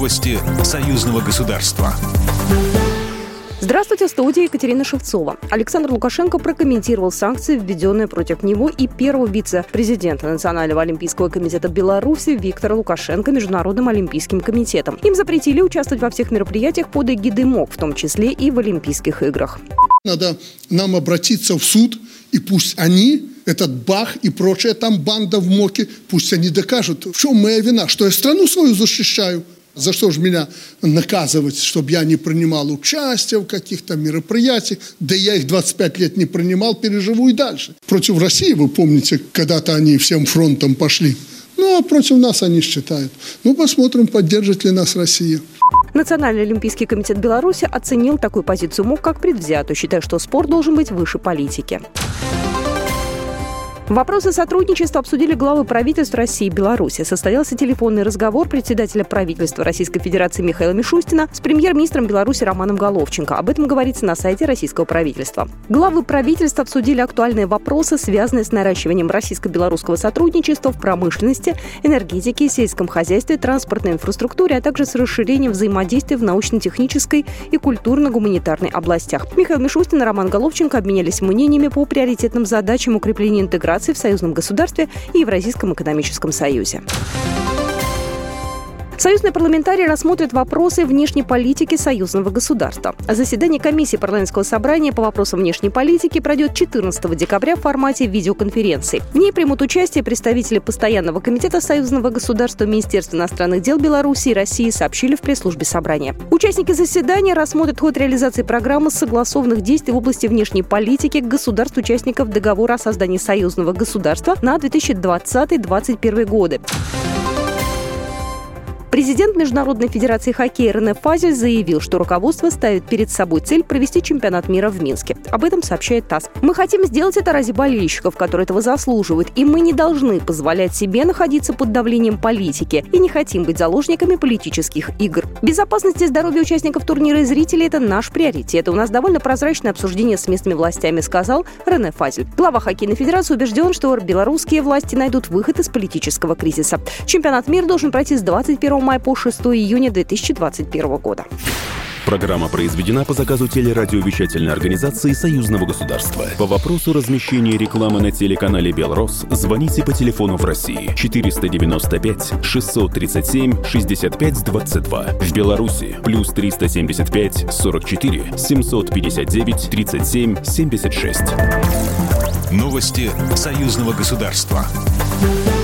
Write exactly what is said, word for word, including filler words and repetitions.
Новости союзного государства. Здравствуйте, в студии Екатерина Шевцова. Александр Лукашенко прокомментировал санкции, введенные против него и первого вице-президента Национального олимпийского комитета Беларуси Виктора Лукашенко Международным олимпийским комитетом. Им запретили участвовать во всех мероприятиях под эгидой МОК, в том числе и в Олимпийских играх. Надо нам обратиться в суд, и пусть они, этот Бах и прочая там банда в МОКе, пусть они докажут, в чем моя вина, что я страну свою защищаю. За что же меня наказывать, чтобы я не принимал участие в каких-то мероприятиях? Да я их двадцать пять лет не принимал, переживу и дальше. Против России, вы помните, когда-то они всем фронтом пошли. Ну, а против нас они считают. Ну, посмотрим, поддержит ли нас Россия. Национальный олимпийский комитет Беларуси оценил такую позицию МОК как предвзятую, считая, что спорт должен быть выше политики. Вопросы сотрудничества обсудили главы правительств России и Беларуси. Состоялся телефонный разговор председателя правительства Российской Федерации Михаила Мишустина с премьер-министром Беларуси Романом Головченко. Об этом говорится на сайте российского правительства. Главы правительств обсудили актуальные вопросы, связанные с наращиванием российско-белорусского сотрудничества в промышленности, энергетике, сельском хозяйстве, транспортной инфраструктуре, а также с расширением взаимодействия в научно-технической и культурно-гуманитарной областях. Михаил Мишустин и Роман Головченко обменялись мнениями по приоритетным задачам укрепления интеграции в союзном государстве и Евразийском экономическом союзе. Союзные парламентарии рассмотрят вопросы внешней политики союзного государства. Заседание комиссии парламентского собрания по вопросам внешней политики пройдет четырнадцатого декабря в формате видеоконференции. В ней примут участие представители Постоянного комитета союзного государства, Министерства иностранных дел Беларуси и России, сообщили в пресс-службе собрания. Участники заседания рассмотрят ход реализации программы согласованных действий в области внешней политики государств-участников договора о создании союзного государства на две тысячи двадцатый — две тысячи двадцать первый годы. Президент Международной федерации хоккея Рене Фазель заявил, что руководство ставит перед собой цель провести чемпионат мира в Минске. Об этом сообщает ТАСС. «Мы хотим сделать это ради болельщиков, которые этого заслуживают, и мы не должны позволять себе находиться под давлением политики и не хотим быть заложниками политических игр. Безопасность и здоровье участников турнира и зрителей – это наш приоритет. У нас довольно прозрачное обсуждение с местными властями», — сказал Рене Фазель. Глава хоккейной федерации убежден, что белорусские власти найдут выход из политического кризиса. Чемпионат мира должен пройти с двадцать первого мая по шестого июня две тысячи двадцать первого года. Программа произведена по заказу телерадиовещательной организации Союзного государства. По вопросу размещения рекламы на телеканале «Белрос» звоните по телефону в России четыреста девяносто пять шестьсот тридцать семь шестьдесят пять двадцать два. В Беларуси плюс триста семьдесят пять сорок четыре семьсот пятьдесят девять тридцать семь семьдесят шесть. Новости союзного государства.